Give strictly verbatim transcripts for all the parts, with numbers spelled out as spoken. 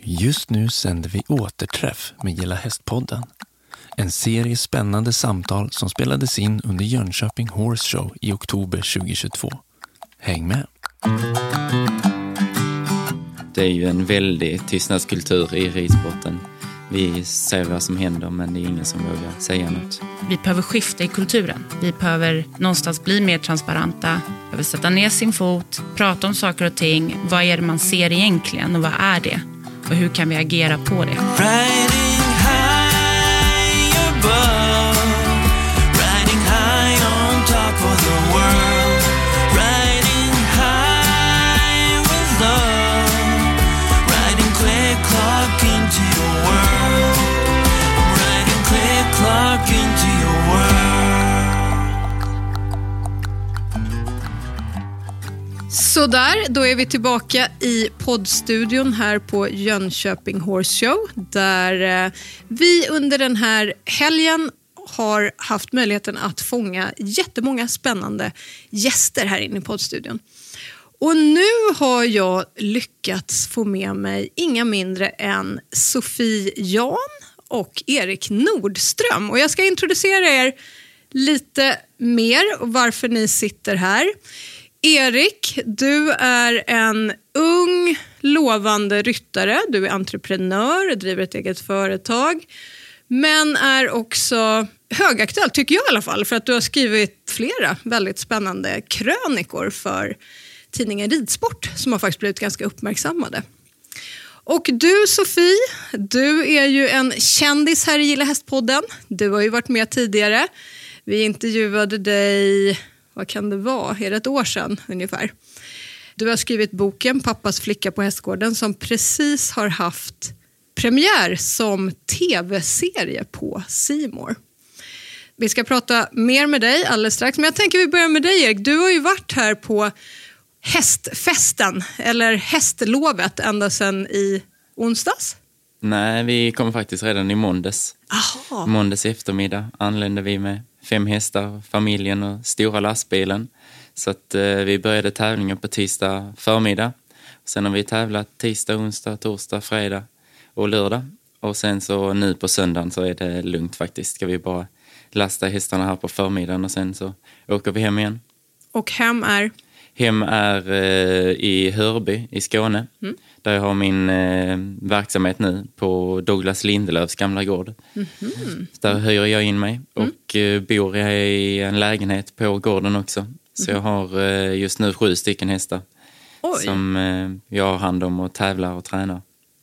Just nu sänder vi Återträff med Gilla Hästpodden. En serie spännande samtal som spelades in under Jönköping Horse Show i oktober tjugohundratjugotvå. Häng med! Det är ju en väldig tystnadskultur i ridsporten. Vi ser vad som händer, men det är ingen som vågar säga något. Vi behöver skifta i kulturen. Vi behöver någonstans bli mer transparenta. Vi behöver sätta ner sin fot, prata om saker och ting. Vad är det man ser egentligen och vad är det? Och hur kan vi agera på det? Riding high above, riding high on top of the world, riding high with love, riding clear clock into your world, riding clear clock into your world. Så där, då är vi tillbaka i poddstudion här på Jönköping Horse Show, där eh, vi under den här helgen har haft möjligheten att fånga jättemånga spännande gäster här inne i poddstudion. Och nu har jag lyckats få med mig inga mindre än Sofie Jan och Erik Nordström. Och jag ska introducera er lite mer och varför ni sitter här. Erik, du är en ung, lovande ryttare. Du är entreprenör, driver ett eget företag. Men är också högaktuell, tycker jag i alla fall. För att du har skrivit flera väldigt spännande krönikor för tidningen Ridsport. Som har faktiskt blivit ganska uppmärksammade. Och du, Sofie, du är ju en kändis här i Gilla Hästpodden. Du har ju varit med tidigare. Vi intervjuade dig... Vad kan det vara? Är det ett år sedan ungefär? Du har skrivit boken Pappas flicka på hästgården som precis har haft premiär som tv-serie på C More. Vi ska prata mer med dig alldeles strax. Men jag tänker vi börjar med dig, Erik. Du har ju varit här på hästfesten eller hästlovet ända sedan i onsdags. Nej, vi kom faktiskt redan i måndags. Aha. Måndags eftermiddag anlände vi med fem hästar, familjen och stora lastbilen. Så att eh, vi började tävlingen på tisdag förmiddag. Sen har vi tävlat tisdag, onsdag, torsdag, fredag och lördag. Och sen så nu på söndagen så är det lugnt faktiskt. Ska vi bara lasta hästarna här på förmiddagen och sen så åker vi hem igen. Och hem är? Hem är eh, i Hörby i Skåne. Mm. Där jag har min eh, verksamhet nu på Douglas Lindelöfs gamla gård. Mm-hmm. Där hyr jag in mig och mm. eh, bor jag i en lägenhet på gården också. Så mm. jag har eh, just nu sju stycken hästar. Oj. Som eh, jag har hand om och tävlar och tränar.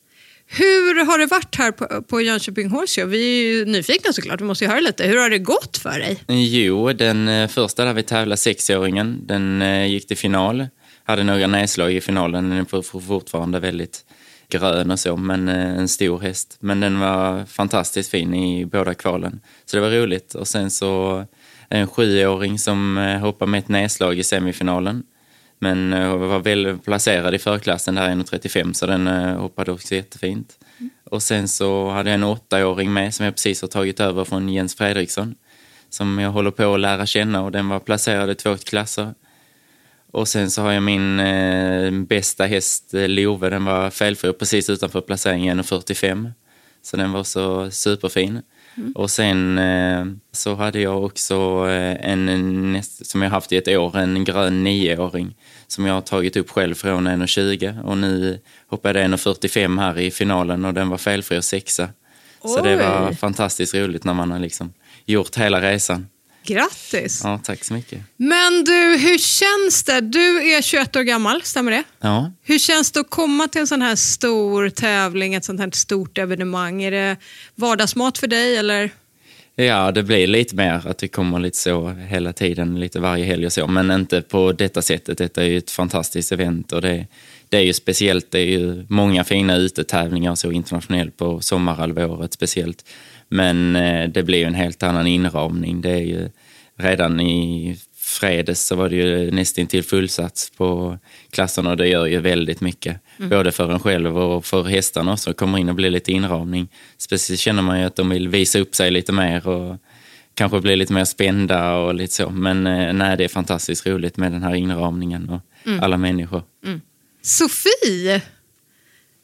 Hur har det varit här på, på Jönköping Horse Show? Vi är ju nyfikna såklart, vi måste ju höra lite. Hur har det gått för dig? Jo, den eh, första där vi tävlade, sexåringen, den eh, gick till final. Hade några nedslag i finalen, den är fortfarande väldigt grön och så, men eh, en stor häst. Men den var fantastiskt fin i båda kvalen, så det var roligt. Och sen så en sjuåring som eh, hoppade med ett nedslag i semifinalen. Men uh, var väl placerad i förklassen där en komma trettiofem, så den uh, hoppade också jättefint. Mm. Och sen så hade jag en åttaåring med som jag precis har tagit över från Jens Fredriksson. Som jag håller på att lära känna, och den var placerad i två klasser. Och sen så har jag min uh, bästa häst, uh, Love. Den var felfri precis utanför placeringen en komma fyrtiofem. Så den var så superfin. Mm. Och sen eh, så hade jag också eh, en näst, som jag haft i ett år, en grön nioåring som jag har tagit upp själv från en komma tjugo, och nu hoppade jag en komma fyrtiofem här i finalen och den var felfri och sexa. Oj. Så det var fantastiskt roligt när man har liksom gjort hela resan. Grattis! Ja, tack så mycket. Men du, hur känns det? Du är tjugoett år gammal, stämmer det? Ja. Hur känns det att komma till en sån här stor tävling, ett sånt här stort evenemang? Är det vardagsmat för dig eller? Ja, det blir lite mer att det kommer lite så hela tiden, lite varje helg och så. Men inte på detta sättet. Detta är ju ett fantastiskt event och det, det är ju speciellt. Det är ju många fina utetävlingar så internationellt på sommarhalvåret speciellt. Men eh, det blir ju en helt annan inramning. Det är ju redan i fredags så var det ju nästan till fullsats på klasserna, och det gör ju väldigt mycket. Mm. Både för en själv och för hästarna som kommer in och blir lite inramning. Speciellt känner man ju att de vill visa upp sig lite mer och kanske bli lite mer spända och lite så. Men eh, nej, det är fantastiskt roligt med den här inramningen och mm. alla människor. Mm. Sofie,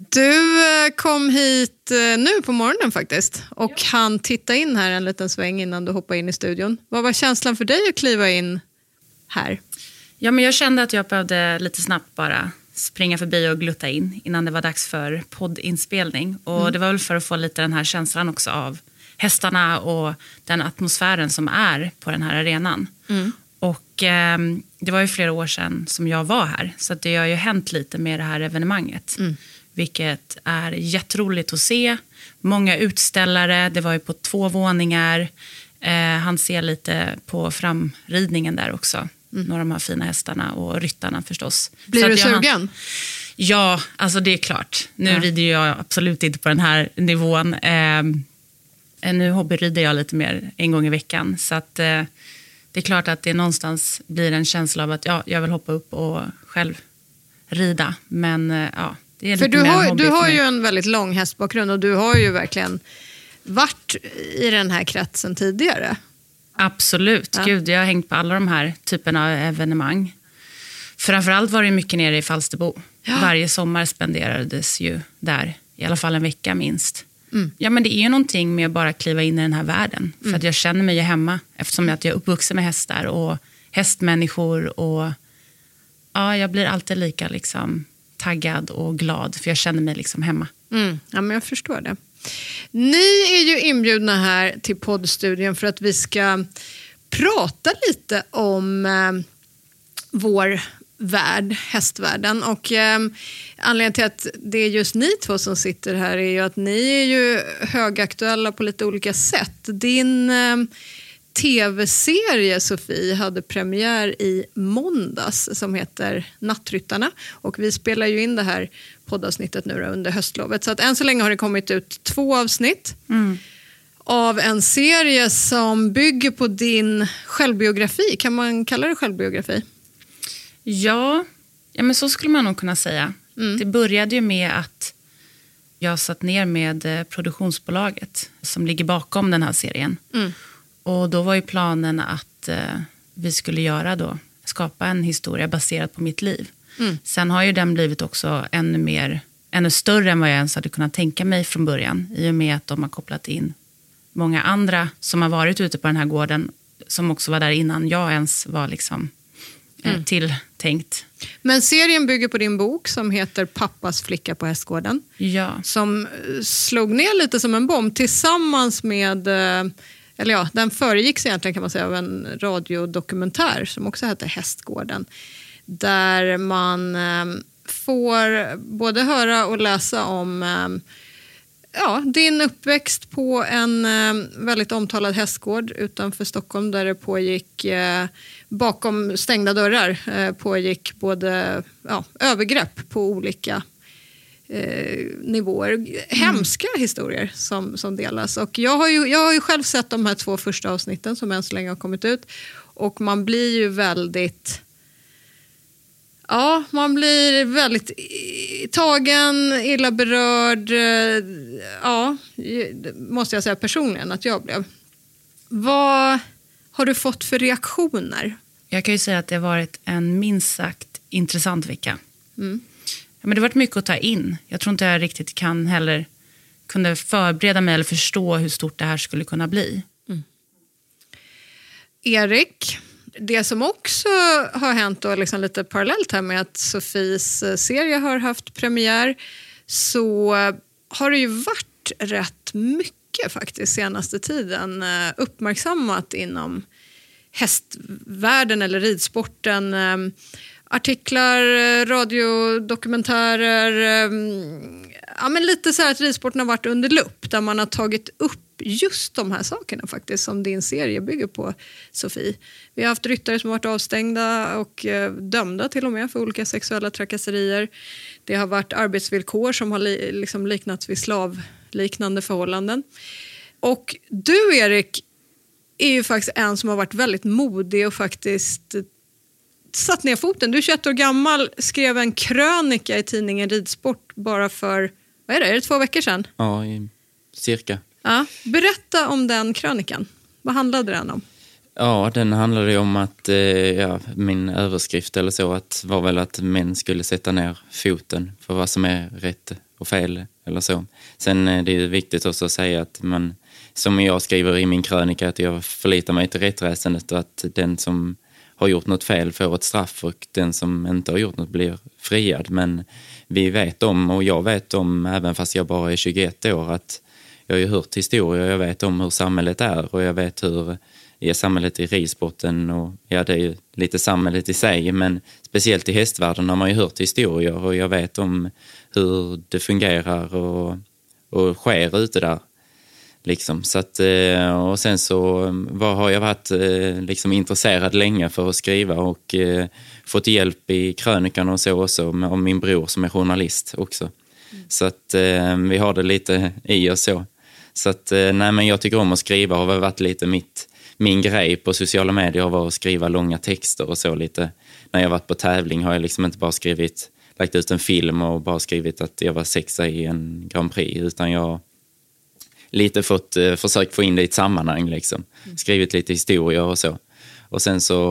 Du kom hit nu på morgonen faktiskt och ja. Han titta in här en liten sväng innan du hoppade in i studion. Vad var känslan för dig att kliva in här? Ja, men jag kände att jag behövde lite snabbt bara springa förbi och glutta in innan det var dags för poddinspelning. Och mm. det var väl för att få lite den här känslan också av hästarna och den atmosfären som är på den här arenan. Mm. Och eh, det var ju flera år sedan som jag var här. Så att det har ju hänt lite med det här evenemanget. Mm. Vilket är jätteroligt att se. Många utställare, det var ju på två våningar. Eh, han ser lite på framridningen där också. Mm. Några av de här fina hästarna och ryttarna förstås. Blir så du att jag, sugen? Ja, alltså det är klart. Nu ja. rider jag absolut inte på den här nivån. Eh, nu hobbyrider jag lite mer en gång i veckan. Så att eh, det är klart att det någonstans blir en känsla av att ja, jag vill hoppa upp och själv rida. Men eh, ja, det är för lite du mer har, en hobby du för har mig. ju en väldigt lång hästbakgrund och du har ju verkligen varit i den här kretsen tidigare. Absolut, ja. Gud, jag har hängt på alla de här typerna av evenemang. Framförallt var det mycket nere i Falsterbo. Ja. Varje sommar spenderades ju där, i alla fall en vecka minst. Mm. Ja, men det är ju någonting med att bara kliva in i den här världen. För mm. att jag känner mig ju hemma, eftersom att jag är uppvuxen med hästar och hästmänniskor. Och ja, jag blir alltid lika liksom taggad och glad, för jag känner mig liksom hemma. Mm. Ja, men jag förstår det. Ni är ju inbjudna här till poddstudion för att vi ska prata lite om eh, vår värld, hästvärlden. Och eh, anledningen till att det är just ni två som sitter här är ju att ni är ju högaktuella på lite olika sätt. Din eh, tv-serie, Sofie, hade premiär i måndags som heter Nattryttarna. Och vi spelar ju in det här poddavsnittet nu under höstlovet. Så att än så länge har det kommit ut två avsnitt mm. av en serie som bygger på din självbiografi. Kan man kalla det självbiografi? Ja, ja men så skulle man nog kunna säga. Mm. Det började ju med att jag satt ner med produktionsbolaget som ligger bakom den här serien. Mm. Och då var ju planen att eh, vi skulle göra då, skapa en historia baserad på mitt liv. Mm. Sen har ju den blivit också ännu mer, ännu större än vad jag ens hade kunnat tänka mig från början. I och med att de har kopplat in många andra som har varit ute på den här gården. Som också var där innan jag ens var liksom eh, mm. tilltänkt. Men serien bygger på din bok som heter Pappas flicka på hästgården. Ja. Som slog ner lite som en bomb tillsammans med... Eh, Eller ja, den föregicks egentligen kan man säga av en radiodokumentär som också heter Hästgården. Där man eh, får både höra och läsa om eh, ja, din uppväxt på en eh, väldigt omtalad hästgård utanför Stockholm. Där det pågick eh, bakom stängda dörrar eh, pågick både ja, övergrepp på olika Eh, nivåer. Mm. Hemska historier som, som delas. Och jag har, ju, jag har ju själv sett de här två första avsnitten som än så länge har kommit ut. Och man blir ju väldigt... Ja, man blir väldigt tagen, illa berörd. Ja, måste jag säga personligen att jag blev. Vad har du fått för reaktioner? Jag kan ju säga att det har varit en minst sagt intressant vecka. Mm. Ja, men det har varit mycket att ta in. Jag tror inte jag riktigt kan heller kunde förbereda mig eller förstå hur stort det här skulle kunna bli. Mm. Erik, det som också har hänt då liksom lite parallellt här med att Sofies serie har haft premiär, så har det ju varit rätt mycket faktiskt senaste tiden uppmärksammat inom hästvärlden eller ridsporten. Artiklar, radiodokumentärer, ja, men lite så här att ridsporten har varit under lupp där man har tagit upp just de här sakerna faktiskt som din serie bygger på, Sofie. Vi har haft ryttare som har varit avstängda och eh, dömda till och med för olika sexuella trakasserier. Det har varit arbetsvillkor som har li- liksom liknats vid slavliknande förhållanden. Och du, Erik, är ju faktiskt en som har varit väldigt modig och faktiskt satt ner foten. Du är tjugoett år gammal, skrev en krönika i tidningen Ridsport bara för, vad är det, är det två veckor sedan? Ja, i, cirka. Ja, berätta om den krönikan. Vad handlade den om? Ja, den handlade ju om att eh, ja, min överskrift eller så att var väl att män skulle sätta ner foten för vad som är rätt och fel eller så. Sen är det ju viktigt också att säga att man, som jag skriver i min krönika, att jag förlitar mig till rättsväsendet och att den som har gjort något fel får ett straff och den som inte har gjort något blir friad. Men vi vet om, och jag vet om, även fast jag bara är tjugoett år, att jag har ju hört historier, jag vet om hur samhället är och jag vet hur är samhället i ridsporten, och ja, det är ju lite samhället i sig, men speciellt i hästvärlden har man ju hört historier och jag vet om hur det fungerar och, och sker ute där. Liksom. Så att, och sen så vad har jag varit liksom intresserad länge för att skriva och eh, fått hjälp i krönikan och så också av min bror som är journalist också. Mm. Så att eh, vi har det lite i oss så. Så att eh, nej, men jag tycker om att skriva, har varit lite mitt min grej på sociala medier har varit att skriva långa texter och så lite. När jag varit på tävling har jag liksom inte bara skrivit, lagt ut en film och bara skrivit att jag var sexa i en Grand Prix, utan jag lite fått eh, försökt få in det i ett sammanhang liksom. Skrivit lite historier och så. Och sen så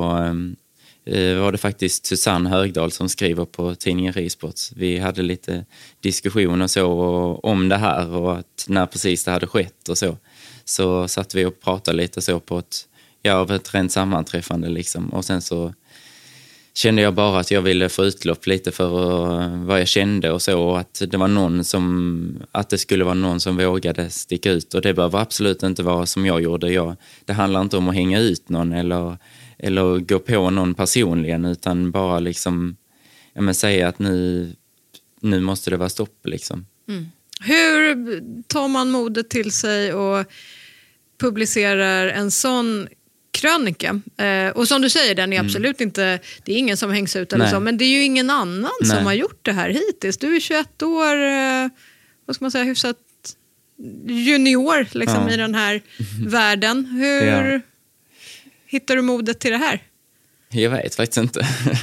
eh, var det faktiskt Susanne Högdahl som skriver på tidningen Ridsports. Vi hade lite diskussioner så och, om det här och att när precis det hade skett och så. Så satt vi och pratade lite så på ett, ja, ett rent sammanträffande liksom. Och sen så kände jag bara att jag ville få utlopp lite för vad jag kände och så. Och att det var någon som, att det skulle vara någon som vågade sticka ut. Och det behöver absolut inte vara som jag gjorde. Jag, det handlar inte om att hänga ut någon eller, eller gå på någon personligen, utan bara liksom, ja, men säga att nu, nu måste det vara stopp liksom. Mm. Hur tar man modet till sig och publicerar en sån krönika? Eh, och som du säger, den är mm. absolut inte, det är ingen som hängs ut eller så, men det är ju ingen annan Nej. som har gjort det här hittills. Du är tjugoett år, eh, vad ska man säga, hyfsat junior liksom, ja. i den här världen. Hur ja. hittar du modet till det här? Jag vet faktiskt inte.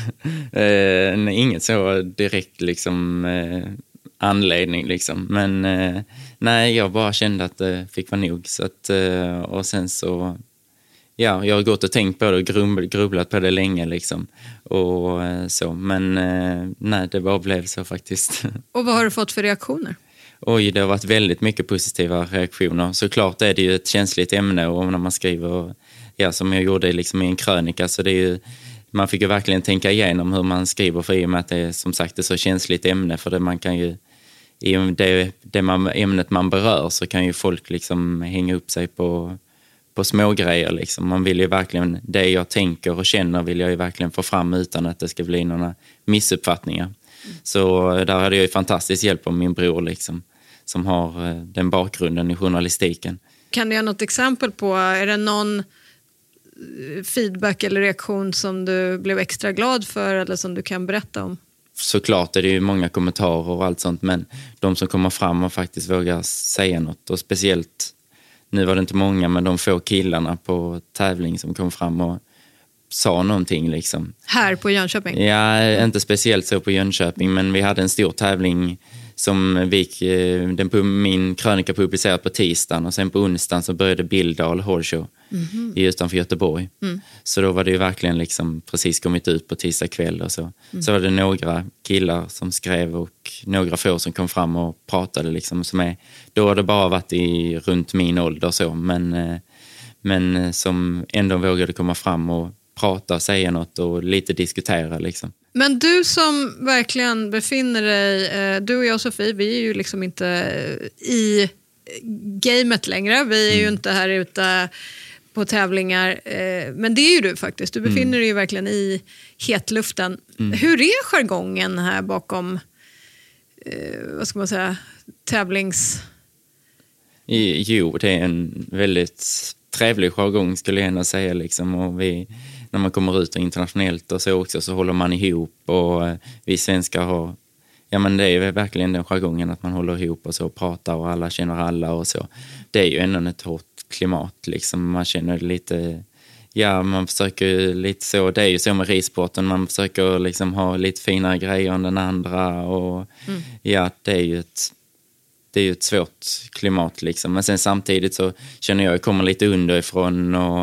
eh, inget så direkt liksom eh, anledning liksom. Men eh, nej, jag bara kände att det fick vara nog. Så att, eh, och sen så, ja, jag har gått och tänkt på det och grub- grubblat på det länge liksom. Och eh, så, men eh, nej, det bara blev så faktiskt. Och vad har du fått för reaktioner? Oj, det har varit väldigt mycket positiva reaktioner. Såklart är det ju ett känsligt ämne, och när man skriver, ja, som jag gjorde liksom i en krönika, så det är ju, man fick ju verkligen tänka igenom hur man skriver, för i och med att det är som sagt ett så känsligt ämne, för det man kan ju, i det, det man, ämnet man berör, så kan ju folk liksom hänga upp sig på, på små grejer liksom. Man vill ju verkligen, det jag tänker och känner vill jag ju verkligen få fram utan att det ska bli några missuppfattningar. Mm. Så där hade jag ju fantastisk hjälp av min bror liksom, som har den bakgrunden i journalistiken. Kan du ge något exempel på, är det någon feedback eller reaktion som du blev extra glad för eller som du kan berätta om? Såklart är det ju många kommentarer och allt sånt, men de som kommer fram och faktiskt vågar säga något, och speciellt, nu var det inte många, men de få killarna på tävling som kom fram och sa någonting liksom. Här på Jönköping? Ja, inte speciellt så på Jönköping, men vi hade en stor tävling som vi, den, min krönika publicerad på tisdagen, och sen på onsdagen så började Bildal Horse Show mm-hmm. i utanför Göteborg. Mm. Så då var det ju verkligen liksom precis kommit ut på tisdag kväll och så. Mm. Så var det några killar som skrev och några få som kom fram och pratade liksom, som är, då har det bara varit i runt min ålder så, men, men som ändå vågade komma fram och prata, säga något och lite diskutera liksom. Men du som verkligen befinner dig, du och jag Sofie, vi är ju liksom inte i gamet längre. Vi är mm. ju inte här ute på tävlingar. Men det är ju du faktiskt. Du befinner mm. dig ju verkligen i hetluften. Mm. Hur är jargongen här bakom, vad ska man säga, tävlings... Jo, det är en väldigt trevlig jargong skulle jag gärna säga liksom, och vi, när man kommer ut internationellt och så också, så håller man ihop, och vi svenskar har, ja men det är verkligen den jargongen att man håller ihop och så och pratar och alla känner alla och så. Det är ju ändå ett hårt klimat liksom, man känner lite, ja man försöker lite så, det är ju så med ridsporten, man försöker liksom ha lite finare grejer än den andra, och mm. ja det är ju ett det är ju ett svårt klimat liksom. Men sen samtidigt så känner jag att jag kommer lite underifrån och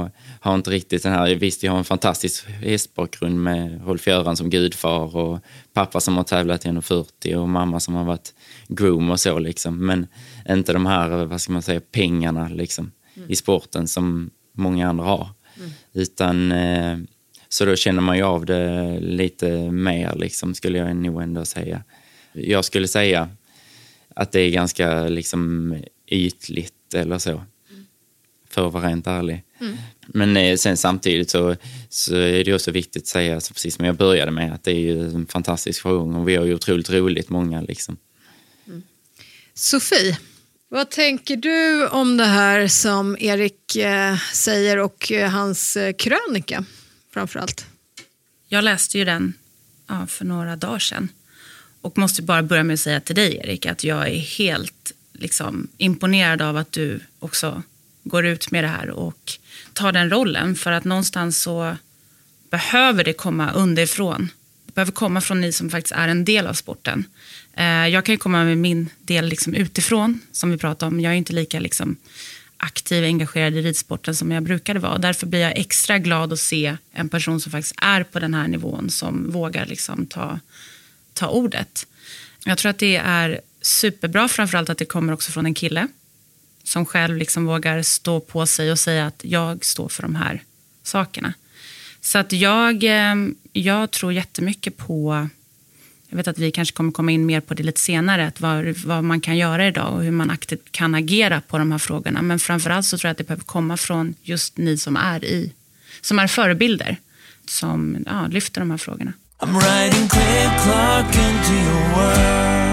har inte riktigt den här, visst jag har en fantastisk hästbakgrund med Rolf-Göran som gudfar och pappa som har tävlat i en fyrtio och mamma som har varit groom och så liksom, men inte de här, vad ska man säga, pengarna liksom mm. i sporten som många andra har. Mm. Utan eh, så då känner man ju av det lite mer liksom, skulle jag nog ändå säga. Jag skulle säga att det är ganska liksom ytligt eller så. Mm. För att vara rent ärlig. Mm. Men eh, sen samtidigt så, så är det också viktigt att säga, så precis som jag började med, att det är ju en fantastisk fråga och vi har ju otroligt roligt många liksom. Mm. Sofie, vad tänker du om det här som Erik eh, säger och eh, hans eh, krönika framförallt? Jag läste ju den ja, för några dagar sedan. Och måste bara börja med att säga till dig, Erik, att jag är helt liksom, imponerad av att du också går ut med det här och tar den rollen. För att någonstans så behöver det komma underifrån. Det behöver komma från ni som faktiskt är en del av sporten. Jag kan ju komma med min del liksom utifrån, som vi pratade om. Jag är inte lika liksom aktiv och engagerad i ridsporten som jag brukade vara. Därför blir jag extra glad att se en person som faktiskt är på den här nivån, som vågar liksom ta, ta ordet. Jag tror att det är superbra, framförallt att det kommer också från en kille som själv liksom vågar stå på sig och säga att jag står för de här sakerna. Så att jag, jag tror jättemycket på, jag vet att vi kanske kommer komma in mer på det lite senare, att vad, vad man kan göra idag och hur man aktivt kan agera på de här frågorna. Men framförallt så tror jag att det behöver komma från just ni som är i, som är förebilder, som ja, lyfter de här frågorna. I'm riding Cliff Clark into your world.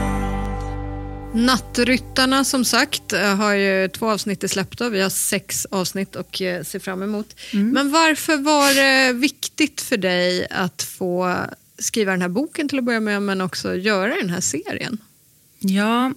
Nattryttarna som sagt har ju två avsnitt släppta. Vi har sex avsnitt och ser fram emot. Mm. Men varför var det viktigt för dig att få skriva den här boken till att börja med, men också göra den här serien? Ja,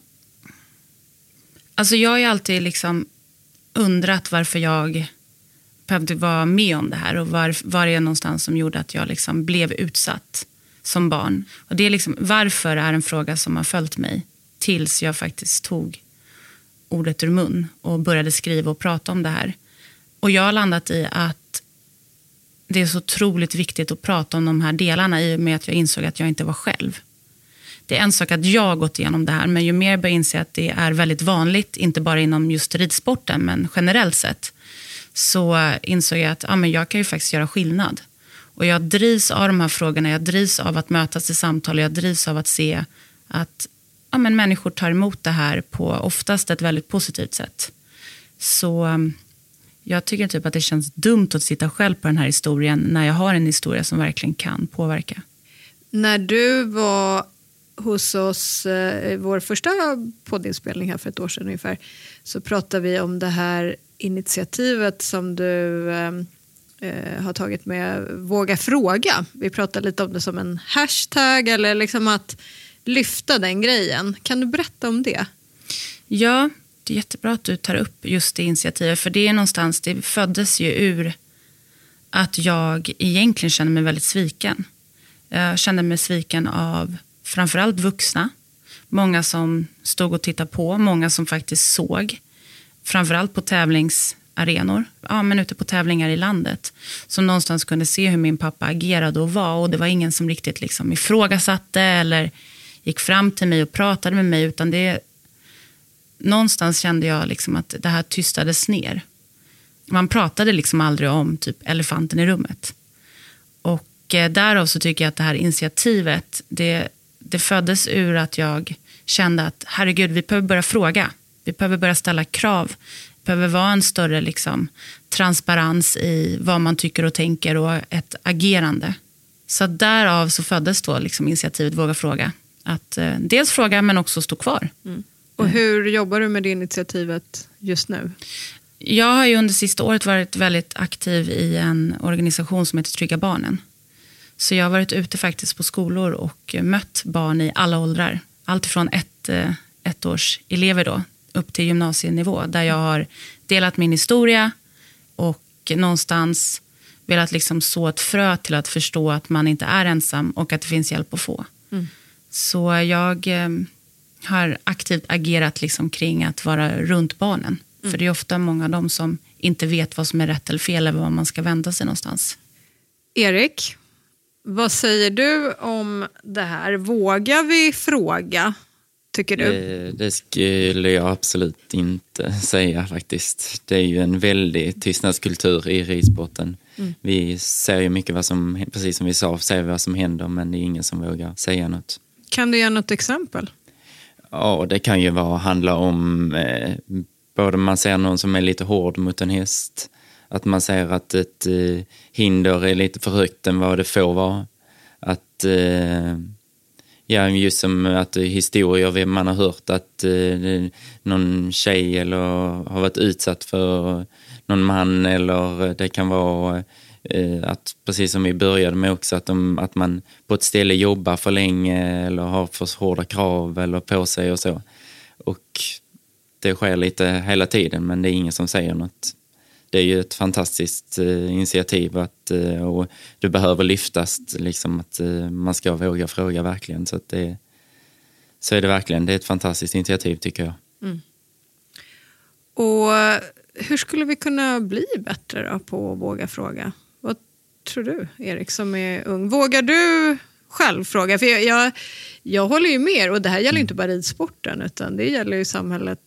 alltså jag har ju alltid liksom undrat varför jag behövde vara med om det här och var, var det någonstans som gjorde att jag liksom blev utsatt som barn. Och det är liksom, varför är en fråga som har följt mig tills jag faktiskt tog ordet ur mun och började skriva och prata om det här. Och jag har landat i att det är så otroligt viktigt att prata om de här delarna, i och med att jag insåg att jag inte var själv. Det är en sak att jag har gått igenom det här, men ju mer jag börjar inse att det är väldigt vanligt, inte bara inom just ridsporten, men generellt sett, så insåg jag att ja, men jag kan ju faktiskt göra skillnad. Och jag drivs av de här frågorna, jag drivs av att mötas i samtal, jag drivs av att se att ja, men människor tar emot det här på oftast ett väldigt positivt sätt. Så jag tycker typ att det känns dumt att sitta själv på den här historien när jag har en historia som verkligen kan påverka. När du var hos oss i vår första poddinspelning här för ett år sedan ungefär, så pratade vi om det här initiativet som du eh, har tagit med Våga fråga. Vi pratade lite om det som en hashtag, eller liksom att lyfta den grejen. Kan du berätta om det? Ja, det är jättebra att du tar upp just det initiativet. För det är någonstans, det föddes ju ur att jag egentligen kände mig väldigt sviken. Jag kände mig sviken av framförallt vuxna. Många som stod och tittade på, många som faktiskt såg. Framförallt på tävlingsarenor, ja, men ute på tävlingar i landet. Som någonstans kunde se hur min pappa agerade och var. Och det var ingen som riktigt liksom ifrågasatte eller gick fram till mig och pratade med mig, utan det, någonstans kände jag liksom att det här tystades ner. Man pratade liksom aldrig om typ elefanten i rummet. Och eh, därav så tycker jag att det här initiativet, det, det föddes ur att jag kände att herregud, vi behöver börja fråga. Vi behöver börja ställa krav. Det behöver vara en större liksom transparens i vad man tycker och tänker och ett agerande. Så därav så föddes då liksom initiativet Våga fråga. Att eh, dels fråga men också stå kvar. Mm. Och hur jobbar du med det initiativet just nu? Jag har ju under sista året varit väldigt aktiv i en organisation som heter Trygga barnen. Så jag har varit ute faktiskt på skolor och mött barn i alla åldrar. Allt från ett, ett års elever då upp till gymnasienivå. Där jag har delat min historia och någonstans velat liksom så ett frö till att förstå att man inte är ensam och att det finns hjälp att få. Mm. Så jag eh, har aktivt agerat liksom kring att vara runt barnen. Mm. För det är ofta många av dem som inte vet vad som är rätt eller fel eller var man ska vända sig någonstans. Erik, vad säger du om det här? Vågar vi fråga, tycker du? Det, det skulle jag absolut inte säga faktiskt. Det är ju en väldigt tystnadskultur i ridsporten. Mm. Vi ser ju mycket vad som, precis som vi sa, ser vad som händer, men det är ingen som vågar säga något. Kan du ge något exempel? Ja, det kan ju vara, handla om eh, både man ser någon som är lite hård mot en häst, att man ser att ett eh, hinder är lite för högt än vad det får vara. Att, eh, ja, just som att historier man har hört att eh, någon tjej eller har varit utsatt för någon man, eller det kan vara eh, att, precis som vi började med också, att, de, att man på ett ställe jobbar för länge eller har för hårda krav eller på sig och så. Och det sker lite hela tiden, men det är ingen som säger något. Det är ju ett fantastiskt eh, initiativ att, eh, och det behöver lyftas, liksom, att eh, man ska våga fråga verkligen. Så, att det, så är det verkligen, det är ett fantastiskt initiativ tycker jag. Mm. Och hur skulle vi kunna bli bättre då på att våga fråga? Vad tror du, Erik, som är ung? Vågar du själv fråga? För jag, jag, jag håller ju med, och det här gäller ju inte bara ridsporten, utan det gäller ju samhället.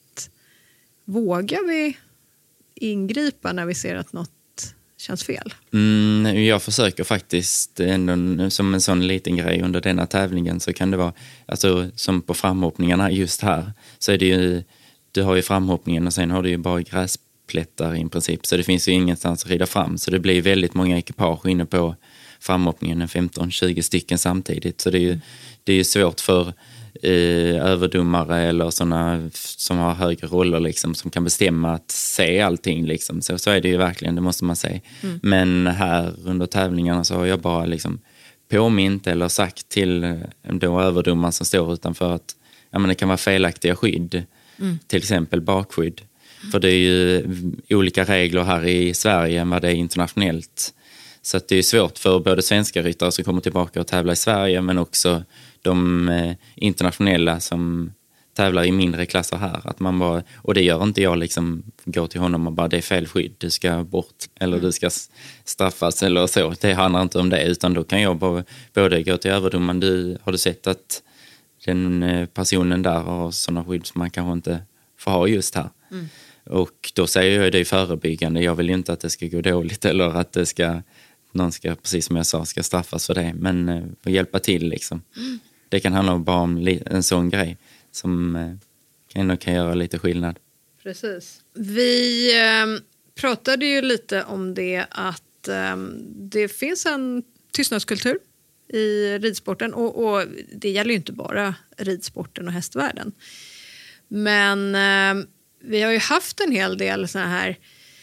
Vågar vi ingripa när vi ser att något känns fel? Mm, jag försöker faktiskt ändå, som en sån liten grej under denna tävlingen, så kan det vara, alltså som på framhoppningarna just här, så är det ju, du har ju framhoppningen och sen har du ju bara gräsplättar i princip, så det finns ju ingenstans att rida fram, så det blir väldigt många ekipage inne på framhoppningen, femton tjugo stycken samtidigt, så det är ju, det är ju svårt för Eh, överdomare eller sådana som har högre roller liksom, som kan bestämma att se allting liksom. så, så är det ju verkligen, det måste man säga. Mm. Men här under tävlingarna så har jag bara liksom påmint eller sagt till då överdomaren som står utanför att ja, men det kan vara felaktiga skydd, mm. till exempel bakskydd, mm. för det är ju olika regler här i Sverige än vad det är internationellt, så att det är svårt för både svenska ryttare som kommer tillbaka och tävlar i Sverige, men också de eh, internationella som tävlar i mindre klasser här, att man bara, och det gör inte jag liksom, går till honom och bara det är fel skydd, du ska bort eller mm. du ska straffas eller så, det handlar inte om det, utan då kan jag bara, både gå till överdomaren, du, har du sett att den eh, personen där har sådana skydd som man kanske inte får ha just här, mm. och då säger jag det i förebyggande, jag vill ju inte att det ska gå dåligt eller att det ska, någon ska, precis som jag sa, ska straffas för det, men eh, hjälpa till liksom. Mm. Det kan handla bara om en sån grej som eh, ändå kan göra lite skillnad. Precis. Vi eh, pratade ju lite om det, att eh, det finns en tystnadskultur i ridsporten, och, och det gäller ju inte bara ridsporten och hästvärlden. Men eh, vi har ju haft en hel del såna här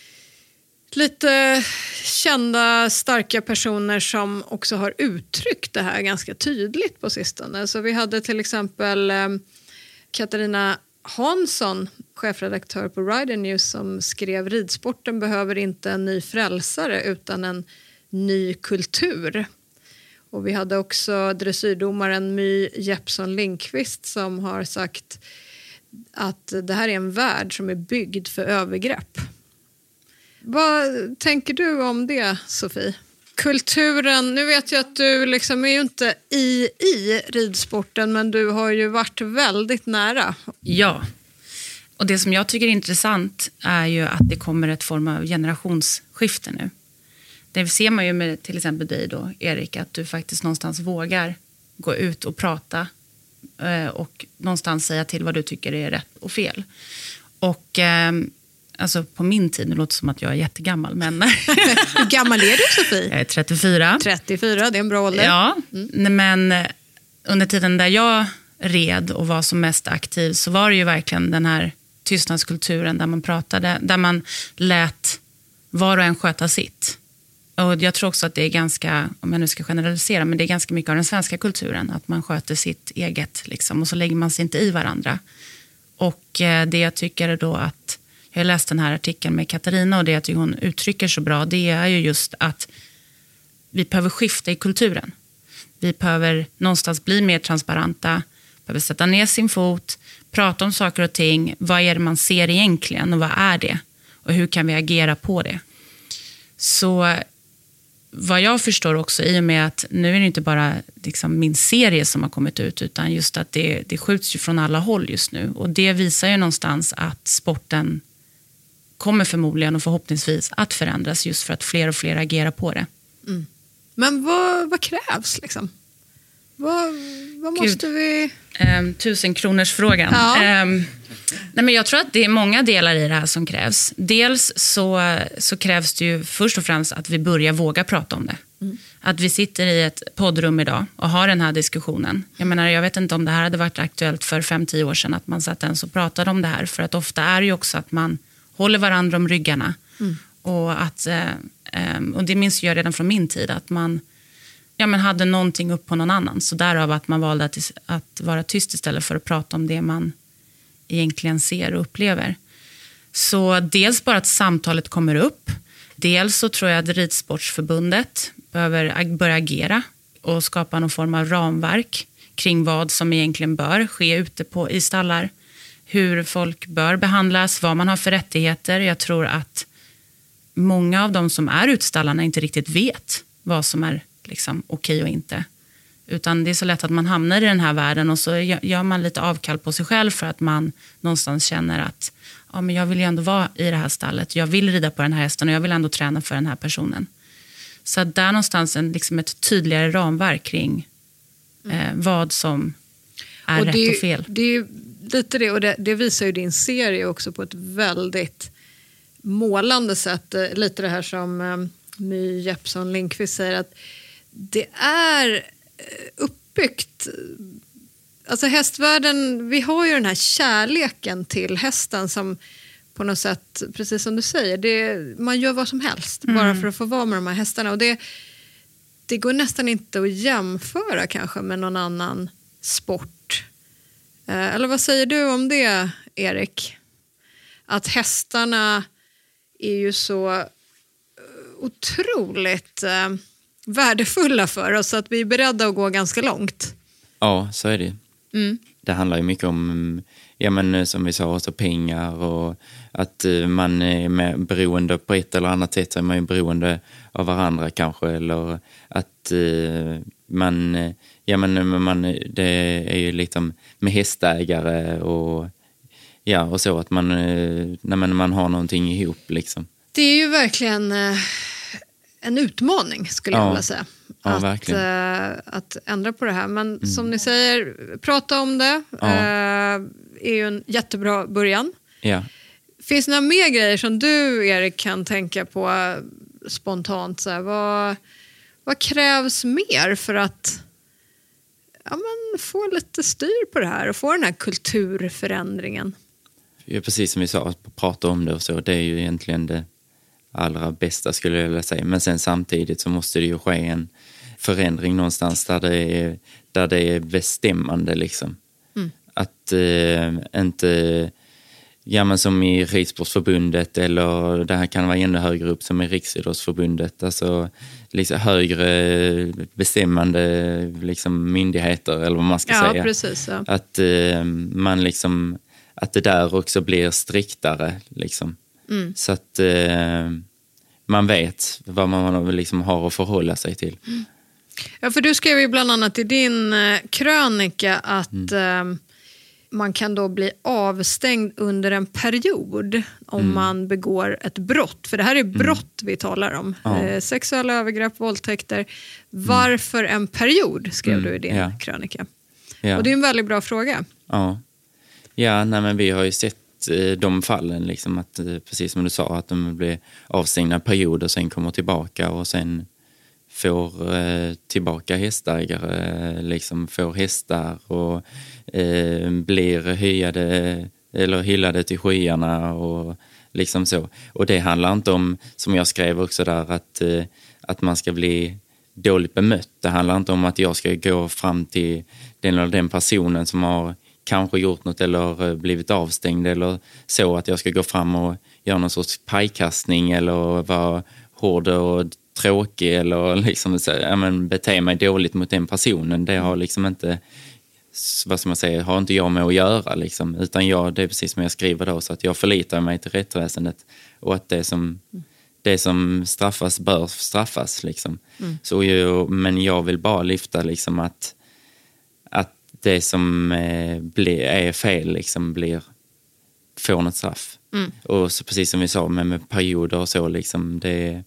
lite kända, starka personer som också har uttryckt det här ganska tydligt på sistone. Så vi hade till exempel eh, Katarina Hansson, chefredaktör på Rider News, som skrev: ridsporten behöver inte en ny frälsare utan en ny kultur. Och vi hade också dressyrdomaren My Jeppsson Lindqvist som har sagt att det här är en värld som är byggd för övergrepp. Vad tänker du om det, Sofie? Kulturen, nu vet jag att du liksom är ju inte i, i ridsporten, men du har ju varit väldigt nära. Ja, och det som jag tycker är intressant är ju att det kommer ett form av generationsskifte nu. Det ser man ju med till exempel dig då, Erik, att du faktiskt någonstans vågar gå ut och prata och någonstans säga till vad du tycker är rätt och fel. Och alltså på min tid, nu låter det som att jag är jättegammal, men... Hur gammal är du, Sofie? Jag är trettiofyra. trettiofyra, det är en bra ålder. Ja, mm. men under tiden där jag red och var som mest aktiv så var det ju verkligen den här tystnadskulturen där man pratade, där man lät var och en sköta sitt. Och jag tror också att det är ganska, om jag nu ska generalisera, men det är ganska mycket av den svenska kulturen, att man sköter sitt eget liksom, och så lägger man sig inte i varandra. Och eh, det jag tycker är då att, jag har läst den här artikeln med Katarina och det jag tycker hon uttrycker så bra, det är ju just att vi behöver skifta i kulturen. Vi behöver någonstans bli mer transparenta, behöver sätta ner sin fot, prata om saker och ting. Vad är det man ser egentligen och vad är det? Och hur kan vi agera på det? Så vad jag förstår också, i och med att nu är det inte bara liksom min serie som har kommit ut, utan just att det, det skjuts ju från alla håll just nu. Och det visar ju någonstans att sporten kommer förmodligen och förhoppningsvis att förändras just för att fler och fler agerar på det. Mm. Men vad, vad krävs liksom? Vad, vad måste Gud. vi... Um, tusen kronors frågan. Ja. Um, nej men jag tror att det är många delar i det här som krävs. Dels så, så krävs det ju först och främst att vi börjar våga prata om det. Mm. Att vi sitter i ett poddrum idag och har den här diskussionen. Jag menar, jag vet inte om det här hade varit aktuellt för fem till tio år sedan, att man satt ens och pratade om det här. För att ofta är det ju också att man håller varandra om ryggarna. Mm. Och, att, eh, och det minns jag redan från min tid, att man ja, men hade någonting upp på någon annan. Så därav att man valde att, att vara tyst istället för att prata om det man egentligen ser och upplever. Så dels bara att samtalet kommer upp. Dels så tror jag att Ridsportsförbundet behöver börja agera och skapa någon form av ramverk kring vad som egentligen bör ske ute på, i stallar. Hur folk bör behandlas, vad man har för rättigheter. Jag tror att många av de som är utstallarna inte riktigt vet vad som är liksom okej och inte. Utan det är så lätt att man hamnar i den här världen och så gör man lite avkall på sig själv för att man någonstans känner att ja, men jag vill ju ändå vara i det här stallet. Jag vill rida på den här hästen och jag vill ändå träna för den här personen. Så att där någonstans en, liksom ett tydligare ramverk kring eh, vad som är och rätt det, och fel. Det är lite det, och det, det visar ju din serie också på ett väldigt målande sätt. Lite det här som eh, My Jeppsson Lindqvist säger, att det är uppbyggt. Alltså hästvärlden, vi har ju den här kärleken till hästen som på något sätt, precis som du säger, det, man gör vad som helst mm. bara för att få vara med de här hästarna. Och det, det går nästan inte att jämföra kanske med någon annan sport. Eh, eller vad säger du om det, Erik? Att hästarna är ju så otroligt eh, värdefulla för oss att vi är beredda att gå ganska långt. Ja, så är det. Mm. Det handlar ju mycket om, ja men som vi sa, också pengar och att man är med, beroende på ett eller annat sätt, så är man ju beroende av varandra kanske, eller att uh, man, ja men man, det är ju liksom med hästägare och ja, och så att man, när man, man har någonting ihop liksom. Det är ju verkligen uh, en utmaning skulle ja. jag vilja säga. Ja, att, uh, att ändra på det här. Men mm. som ni säger, prata om det ja. uh, är ju en jättebra början. Ja. Finns det några mer grejer som du, Erik, kan tänka på spontant? Så här, vad, vad krävs mer för att ja, men, få lite styr på det här och få den här kulturförändringen? Ja, precis som vi sa, att prata om det och så, det är ju egentligen det allra bästa skulle jag vilja säga. Men sen samtidigt så måste det ju ske en förändring någonstans där det är, där det är bestämmande liksom. Mm. Att eh, inte, ja men som i Ridsportsförbundet, eller det här kan vara ännu högre upp som i Riksidrottsförbundet, alltså liksom högre bestämmande liksom myndigheter eller vad man ska ja, säga. Precis, ja. Att eh, man liksom, att det där också blir striktare liksom. Mm. Så att eh, man vet vad man liksom har att förhålla sig till. Mm. Ja, för du skrev ju bland annat i din eh, krönika att mm. eh, man kan då bli avstängd under en period om mm. man begår ett brott. För det här är brott mm. vi talar om. Ja. Eh, sexuella övergrepp, våldtäkter. Varför mm. en period, skrev mm. du i din ja. krönika. Ja. Och det är en väldigt bra fråga. Ja, ja nej, men vi har ju sett de fallen liksom, att precis som du sa, att de blir avstängda perioder och sen kommer tillbaka och sen får eh, tillbaka hästägare, liksom får hästar och eh, blir höjade eller hyllade till skyarna och liksom så. Och det handlar inte om, som jag skrev också där, att, eh, att man ska bli dåligt bemött. Det handlar inte om att jag ska gå fram till den eller den personen som har kanske gjort något eller blivit avstängd eller så, att jag ska gå fram och göra någon sorts pajkastning eller vara hård och tråkig eller liksom så, ja, men, bete mig dåligt mot den personen. Det har liksom inte, vad ska man säga, har inte jag med att göra liksom, utan jag, det är precis som jag skriver då, så att jag förlitar mig till rättsväsendet och att det som, det som straffas bör straffas liksom. Mm. Så ju, men jag vill bara lyfta liksom att, att det som eh, blir, är fel liksom blir, får något straff. Mm. Och så, precis som vi sa med, med perioder och så liksom, det,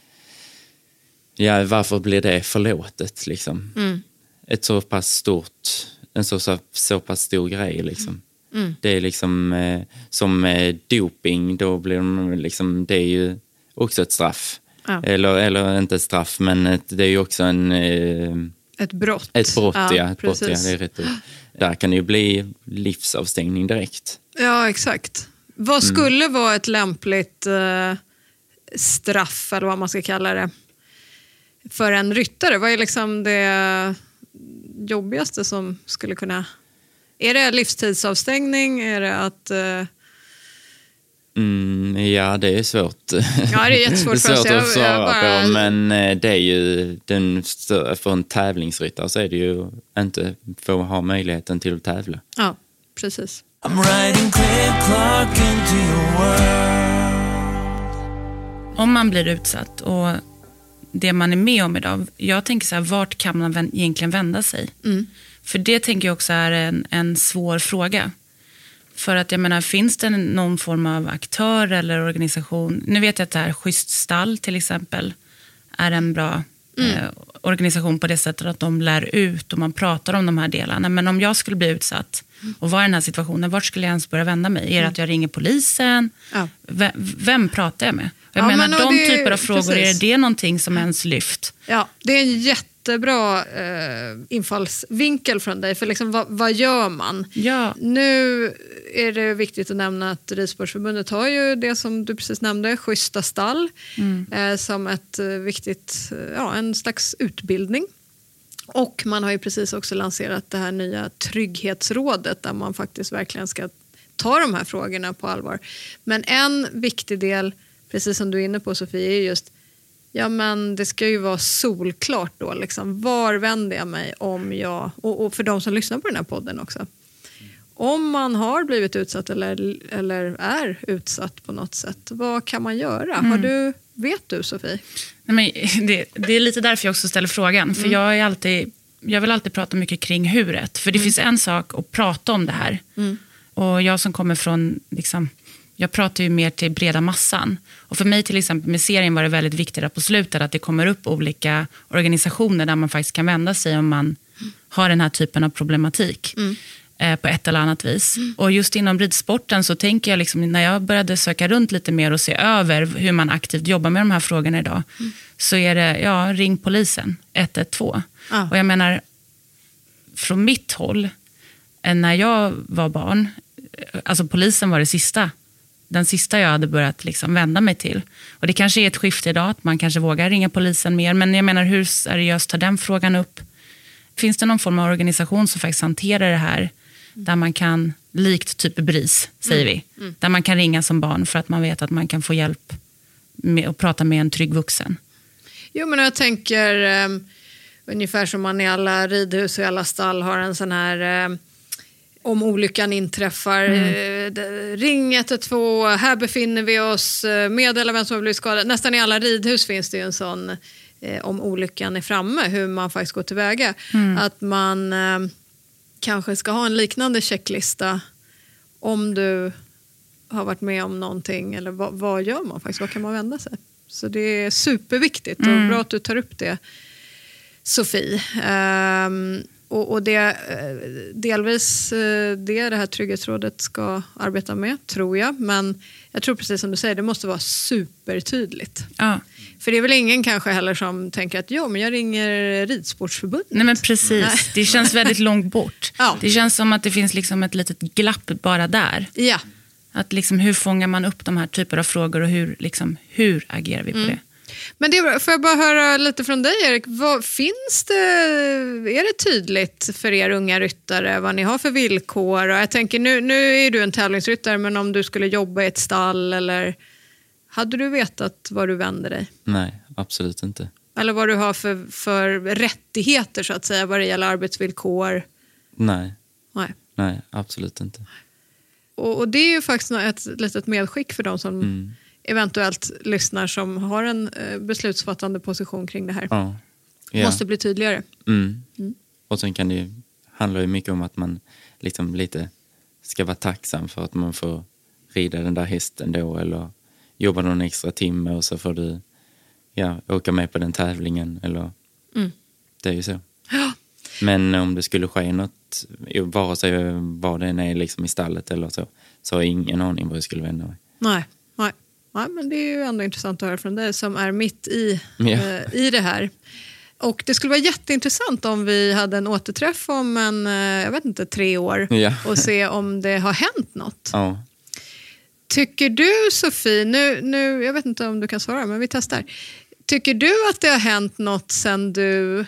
ja, varför blir det förlåtet liksom? Mm. Ett så pass stort, en så, så, så pass stor grej liksom. Mm. Det är liksom eh, som eh, doping, då blir de liksom, det är ju också ett straff. Ja. Eller, eller inte ett straff, men ett, det är ju också en eh, ett brott. Ett brott, ja. ja, ett brott, ja det är rätt. Där kan det ju bli livsavstängning direkt. Ja, exakt. Vad skulle mm. vara ett lämpligt eh, straff, eller vad man ska kalla det, för en ryttare? Vad är liksom det jobbigaste som skulle kunna... Är det livstidsavstängning? Är det att... Uh... Mm, ja, det är svårt. Ja, det är jättesvårt det är svårt för att svara bara... på, men det är ju den, för en tävlingsryttare så är det ju inte för att ha möjligheten till att tävla. Ja, precis. I'm riding clear clock into your world. Om man blir utsatt och det man är med om idag, jag tänker så här, vart kan man vän- egentligen vända sig? Mm. För det tänker jag också är en, en svår fråga. För att jag menar, finns det någon form av aktör eller organisation? Nu vet jag att det här Schysst stall till exempel är en bra mm. eh, organisation på det sättet att de lär ut och man pratar om de här delarna. Men om jag skulle bli utsatt och vara i den här situationen, vart skulle jag ens börja vända mig? Är det mm. att jag ringer polisen? Ja. V- vem pratar jag med? Jag ja, menar, men, de det, typer av frågor, precis. är det någonting som ens lyft? Ja, det är en jättebra eh, infallsvinkel från dig. För liksom, vad, vad gör man? Ja. Nu är det viktigt att nämna att Ridsportförbundet har ju det som du precis nämnde, Schyssta stall, mm. eh, som ett eh, viktigt, ja, en slags utbildning. Och man har ju precis också lanserat det här nya trygghetsrådet där man faktiskt verkligen ska ta de här frågorna på allvar. Men en viktig del, precis som du är inne på Sofie, är just, ja men det ska ju vara solklart då liksom, var vänder jag mig om jag, och, och för de som lyssnar på den här podden också. Om man har blivit utsatt eller, eller är utsatt på något sätt, vad kan man göra? Mm. Har du, vet du Sofie? Nej, men det, det är lite därför jag också ställer frågan. För mm. jag, är alltid, jag vill alltid prata mycket kring huret. För det mm. finns en sak att prata om det här. Mm. Och jag som kommer från, liksom, jag pratar ju mer till breda massan. Och för mig till exempel med serien var det väldigt viktigt att på slutet att det kommer upp olika organisationer där man faktiskt kan vända sig om man mm. har den här typen av problematik. Mm. På ett eller annat vis. Mm. Och just inom ridsporten så tänker jag liksom, när jag började söka runt lite mer och se över hur man aktivt jobbar med de här frågorna idag, mm. så är det, ja, ring polisen, ett ett två. Ah. Och jag menar, från mitt håll, när jag var barn, alltså polisen var det sista, den sista jag hade börjat liksom vända mig till. Och det kanske är ett skifte idag, att man kanske vågar ringa polisen mer, men jag menar, hur seriöst tar den frågan upp? Finns det någon form av organisation som faktiskt hanterar det här, där man kan, likt typ BRIS säger mm. vi, mm. där man kan ringa som barn för att man vet att man kan få hjälp med att prata med en trygg vuxen? Jo, men jag tänker um, ungefär som man i alla ridhus och i alla stall har en sån här um, om olyckan inträffar, mm. uh, ring ett ett två, här befinner vi oss, uh, meddela vem som har blivit skadad. Nästan i alla ridhus finns det ju en sån uh, om olyckan är framme, hur man faktiskt går tillväga. Mm. Att man uh, kanske ska ha en liknande checklista om du har varit med om någonting, eller vad, vad gör man faktiskt, vad kan man vända sig? Så det är superviktigt mm. och bra att du tar upp det, Sofie. Um, och, och det delvis det det här trygghetsrådet ska arbeta med, tror jag, men jag tror precis som du säger, det måste vara supertydligt. Ja. För det är väl ingen kanske heller som tänker att ja, men jag ringer Ridsportförbundet. Nej, men precis. Nej. Det känns väldigt långt bort. Ja. Det känns som att det finns liksom ett litet glapp bara där. Ja. Att liksom, hur fångar man upp de här typer av frågor och hur, liksom, hur agerar vi på mm. det? Men det, får jag bara höra lite från dig, Erik. Vad finns det, är det tydligt för er unga ryttare vad ni har för villkor? Och jag tänker, nu, nu är du en tävlingsryttare, men om du skulle jobba i ett stall, eller hade du vetat var du vänder dig? Nej, absolut inte. Eller vad du har för, för rättigheter så att säga, vad det gäller arbetsvillkor? Nej. nej, absolut inte. Och, och det är ju faktiskt ett litet medskick för de som Mm. eventuellt lyssnar som har en eh, beslutsfattande position kring det här. Ja. Ja. Måste bli tydligare. Mm. Mm. Och sen kan det ju, handlar ju mycket om att man liksom lite ska vara tacksam för att man får rida den där hästen då, eller jobba någon extra timme och så får du ja, åka med på den tävlingen. Eller, Mm. det är ju så. Ja. Men om det skulle ske något, vare sig vad det än är liksom i stallet eller så, så har jag ingen aning vad jag skulle vända mig. Nej, nej. nej, men det är ju ändå intressant att höra från dig som är mitt i, Ja. eh, i det här. Och det skulle vara jätteintressant om vi hade en återträff om en, eh, jag vet inte, tre år Ja. och se om det har hänt något. Ja. Tycker du, Sofie, nu, nu, jag vet inte om du kan svara, men vi testar. Tycker du att det har hänt något sen du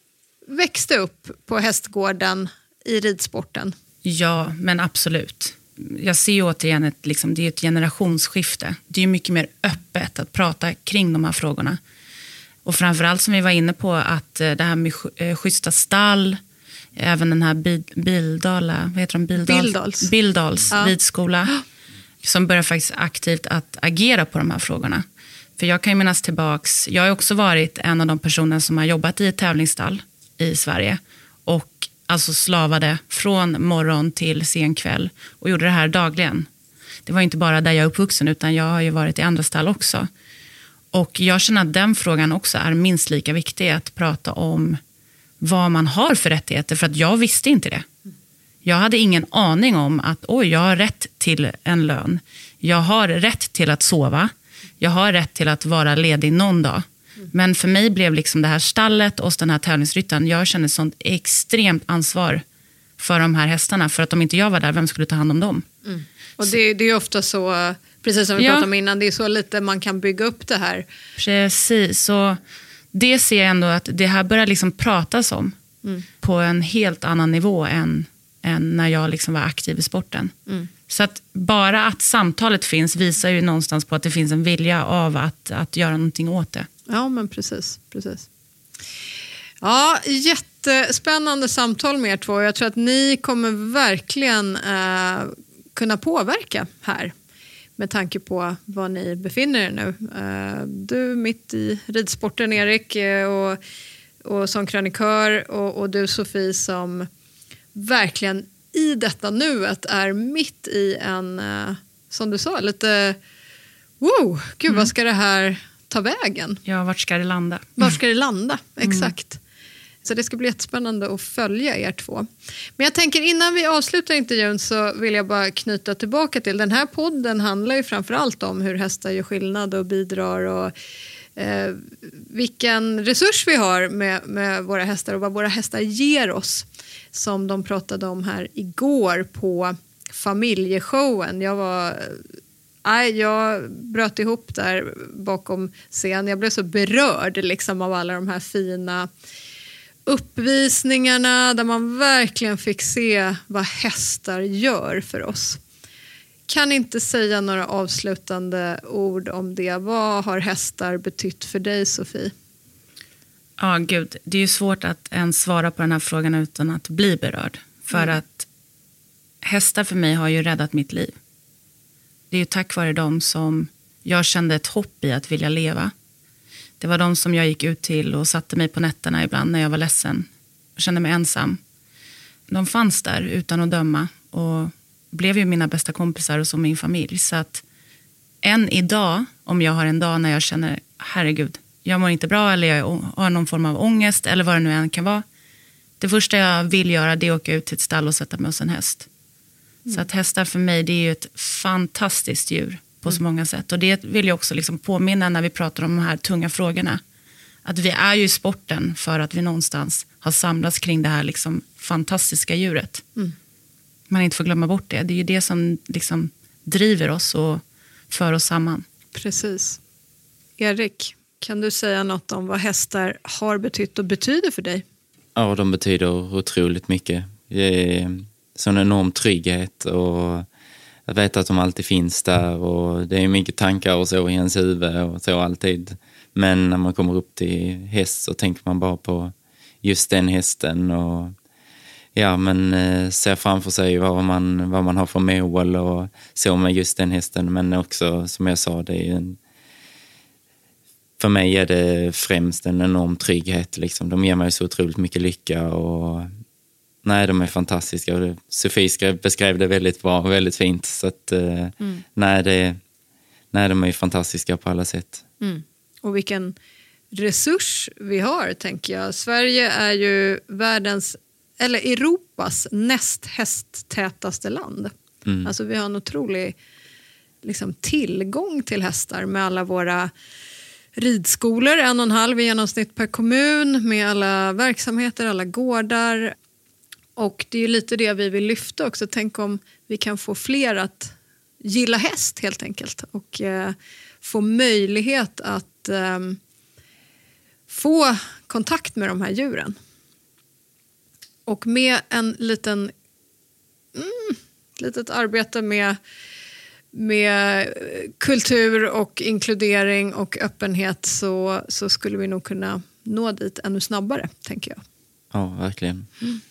växte upp på hästgården i ridsporten? Ja, men absolut. Jag ser ju återigen att liksom, det är ett generationsskifte. Det är ju mycket mer öppet att prata kring de här frågorna. Och framförallt som vi var inne på att eh, det här med sch- eh, schyssta stall, även den här bil, Bildala, vad heter de? Bildals, Bildals. Bildals Ja. ridskola, som börjar faktiskt aktivt att agera på de här frågorna. För jag kan ju minnas tillbaks, jag har också varit en av de personer som har jobbat i ett tävlingsstall i Sverige och alltså slavade från morgon till sen kväll och gjorde det här dagligen. Det var inte bara där jag är uppvuxen, utan jag har ju varit i andra stall också. Och jag känner att den frågan också är minst lika viktig, att prata om vad man har för rättigheter, för att jag visste inte det. Jag hade ingen aning om att oj, jag har rätt till en lön. Jag har rätt till att sova. Jag har rätt till att vara ledig någon dag. Men för mig blev liksom det här stallet och den här tävlingsrytten, jag kände sånt extremt ansvar för de här hästarna. För att om inte jag var där, vem skulle ta hand om dem? Mm. Och det, det är ofta så, precis som vi Ja. pratade om innan, det är så lite man kan bygga upp det här. Precis, så det ser jag ändå att det här börjar liksom pratas om Mm. på en helt annan nivå än, än när jag liksom var aktiv i sporten. Mm. Så att bara att samtalet finns visar ju någonstans på att det finns en vilja av att, att göra någonting åt det. Ja, men precis, precis. Ja, jättespännande samtal med er två. Jag tror att ni kommer verkligen eh, kunna påverka här med tanke på var ni befinner er nu. Eh, du mitt i ridsporten, Erik, eh, och, och som krönikör, och, och du, Sofie, som verkligen i detta nuet är mitt i en, eh, som du sa, lite wow, gud, vad ska det här ta vägen? Ja, vart ska det landa? Var ska det landa? Exakt. Så det ska bli jättespännande att följa er två. Men jag tänker, innan vi avslutar intervjun så vill jag bara knyta tillbaka till den här podden. Handlar ju framförallt om hur hästar gör skillnad och bidrar och eh, vilken resurs vi har med, med våra hästar och vad våra hästar ger oss. Som de pratade om här igår på familjeshowen. Jag var... Nej, jag bröt ihop där bakom scen. Jag blev så berörd liksom av alla de här fina uppvisningarna där man verkligen fick se vad hästar gör för oss. Kan inte säga några avslutande ord om det. Vad har hästar betytt för dig, Sofie? Ja, gud. Det är ju svårt att ens svara på den här frågan utan att bli berörd. För Mm. att hästar för mig har ju räddat mitt liv. Det är ju tack vare dem som jag kände ett hopp i att vilja leva. Det var de som jag gick ut till och satte mig på nätterna ibland när jag var ledsen och kände mig ensam. De fanns där utan att döma och blev ju mina bästa kompisar och som min familj. Så att än idag, om jag har en dag när jag känner, herregud, jag mår inte bra eller jag har någon form av ångest eller vad det nu än kan vara. Det första jag vill göra, det är att åka ut till ett stall och sätta mig hos en häst. Mm. Så att hästar för mig, det är ju ett fantastiskt djur på så många sätt. Och det vill jag också liksom påminna när vi pratar om de här tunga frågorna. Att vi är ju i sporten för att vi någonstans har samlats kring det här liksom fantastiska djuret. Mm. Man inte får glömma bort det. Det är ju det som liksom driver oss och för oss samman. Precis. Erik, kan du säga något om vad hästar har betytt och betyder för dig? Ja, de betyder otroligt mycket. Det är sån enorm trygghet och att veta att de alltid finns där, och det är mycket tankar och så i ens huvud och så alltid. Men när man kommer upp till häst så tänker man bara på just den hästen, och ja, men eh, ser framför sig vad man, vad man har för mål och så med just den hästen. Men också, som jag sa, det är en, för mig är det främst en enorm trygghet. Liksom. De ger mig så otroligt mycket lycka och nej, de är fantastiska. Och det, Sofie skrev, beskrev det väldigt bra och väldigt fint. Så att, eh, mm. nej, det, nej, de är fantastiska på alla sätt. Mm. Och vilken resurs vi har, tänker jag. Sverige är ju världens, eller Europas näst hästtätaste land. Mm. Alltså vi har en otrolig liksom, tillgång till hästar med alla våra ridskolor, en och en halv i genomsnitt per kommun, med alla verksamheter, alla gårdar. Och det är lite det vi vill lyfta också. Tänk om vi kan få fler att gilla häst helt enkelt. Och eh, få möjlighet att eh, få kontakt med de här djuren. Och med en liten mm, litet arbete med, med kultur och inkludering och öppenhet så, så skulle vi nog kunna nå dit ännu snabbare, tänker jag. Ja, verkligen. Mm.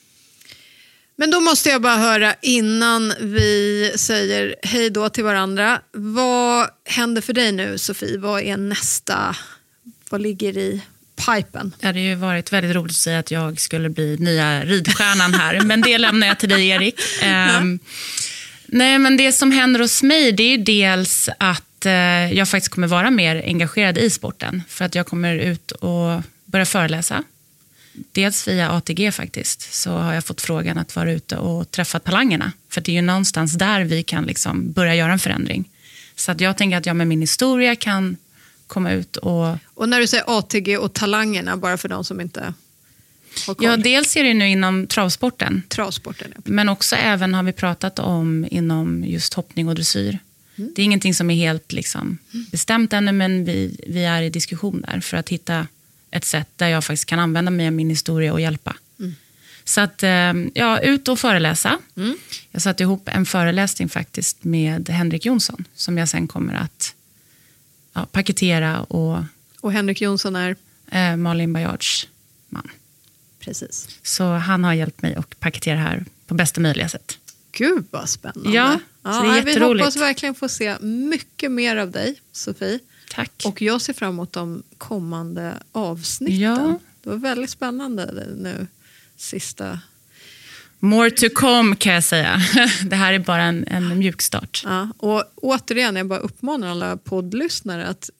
Men då måste jag bara höra innan vi säger hej då till varandra. Vad händer för dig nu, Sofie? Vad är nästa? Vad ligger i pipen? Det hade ju varit väldigt roligt att säga att jag skulle bli nya ridstjärnan här. Men det lämnar jag till dig, Erik. Um, nej, men det som händer hos mig, det är ju dels att uh, jag faktiskt kommer vara mer engagerad i sporten. För att jag kommer ut och börja föreläsa. Dels via A T G faktiskt så har jag fått frågan att vara ute och träffa talangerna. För det är ju någonstans där vi kan liksom börja göra en förändring. Så att jag tänker att jag med min historia kan komma ut och... Och när du säger A T G och talangerna, bara för de som inte har koll. Ja, dels är det nu inom travsporten. Travsporten, ja. Men också även har vi pratat om inom just hoppning och dressyr. Mm. Det är ingenting som är helt liksom bestämt ännu, men vi, vi är i diskussion där för att hitta ett sätt där jag faktiskt kan använda mig av min historia och hjälpa. Mm. Så att, ja, ut och föreläsa. Mm. Jag satte ihop en föreläsning faktiskt med Henrik Jonsson som jag sen kommer att ja, paketera och... Och Henrik Jonsson är? Eh, Malin Bajards man. Precis. Så han har hjälpt mig att paketera här på bästa möjliga sätt. Gud vad spännande. Ja, ja så det är jätteroligt. Vi hoppas verkligen få se mycket mer av dig, Sofie. Tack. Och jag ser fram emot de kommande avsnitten. Ja. Det var väldigt spännande nu, sista... More to come kan jag säga. Det här är bara en, en mjukstart. Ja, och återigen, jag bara uppmanar alla poddlyssnare att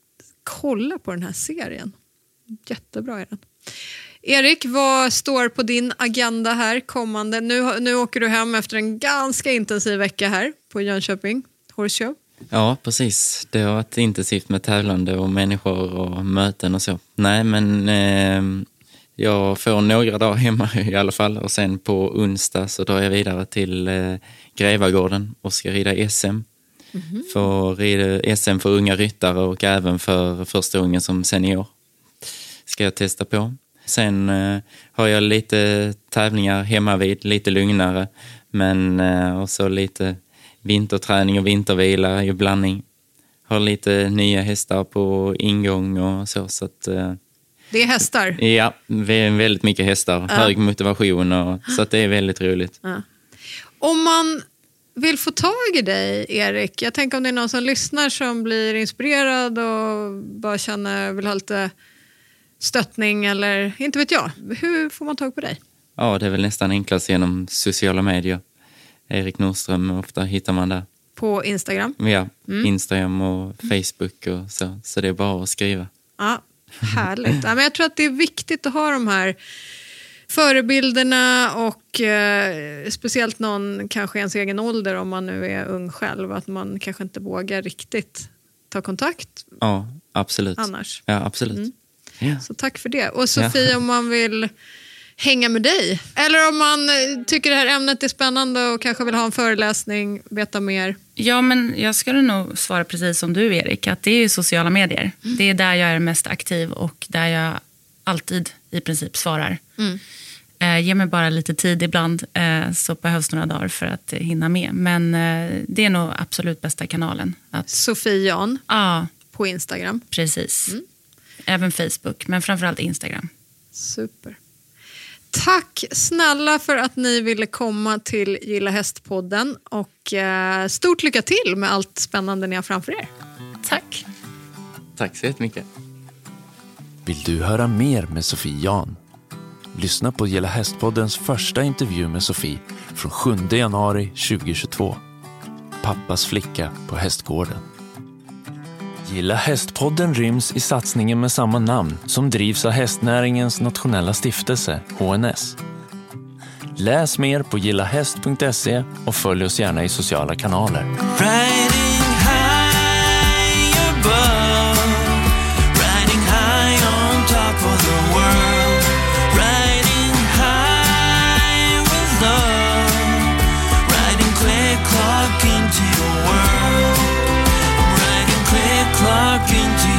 kolla på den här serien. Jättebra är den. Erik, vad står på din agenda här kommande? Nu, nu åker du hem efter en ganska intensiv vecka här på Jönköping Horse Show. Ja, precis. Det har varit intensivt med tävlande och människor och möten och så. Nej, men eh, jag får några dagar hemma i alla fall. Och sen på onsdag så drar jag vidare till eh, Grevagården och ska rida S M. Mm-hmm. För rida S M för unga ryttare och även för första gången som senior ska jag testa på. Sen eh, har jag lite tävlingar hemma vid, lite lugnare. Men eh, också lite vinterträning och vintervila i blandning. Har lite nya hästar på ingång och så. så att, eh, det är hästar? Ja, väldigt mycket hästar. Ja. Hög motivation och, så att det är väldigt roligt. Ja. Om man vill få tag i dig, Erik, jag tänker om det är någon som lyssnar som blir inspirerad och bara känner, vill ha lite stöttning eller inte vet jag. Hur får man tag på dig? Ja, det är väl nästan enklast genom sociala medier. Erik Nordström, ofta hittar man där. På Instagram? Ja, mm. Instagram och Facebook och så. Så det är bara att skriva. Ja, härligt. Ja, men jag tror att det är viktigt att ha de här förebilderna och eh, speciellt någon kanske i ens egen ålder om man nu är ung själv. Att man kanske inte vågar riktigt ta kontakt. Ja, absolut. Annars. Ja, absolut. Mm. Ja. Så tack för det. Och Sofie, ja. Om man vill hänga med dig. Eller om man tycker det här ämnet är spännande och kanske vill ha en föreläsning, veta mer. Ja, men jag skulle nog svara precis som du, Erik, att det är ju sociala medier. Mm. Det är där jag är mest aktiv och där jag alltid i princip svarar. Mm. Eh, ge mig bara lite tid ibland eh, så behövs några dagar för att eh, hinna med. Men eh, det är nog absolut bästa kanalen. Att... Sofie Jan ja. På Instagram. Precis. Mm. Även Facebook, men framförallt Instagram. Super. Tack snälla för att ni ville komma till Gilla Hästpodden och eh, stort lycka till med allt spännande ni har framför er. Tack. Tack så jättemycket. Vill du höra mer med Sofie Jan? Lyssna på Gilla Hästpoddens första intervju med Sofie från sjunde januari tjugohundratjugotvå. Pappas flicka på hästgården. Gilla Hästpodden ryms i satsningen med samma namn som drivs av hästnäringens nationella stiftelse, H N S. Läs mer på gillahäst punkt se och följ oss gärna i sociala kanaler. Riding high above, riding high on top of the world, riding high with love, riding clear clock into your world, riding clear clock into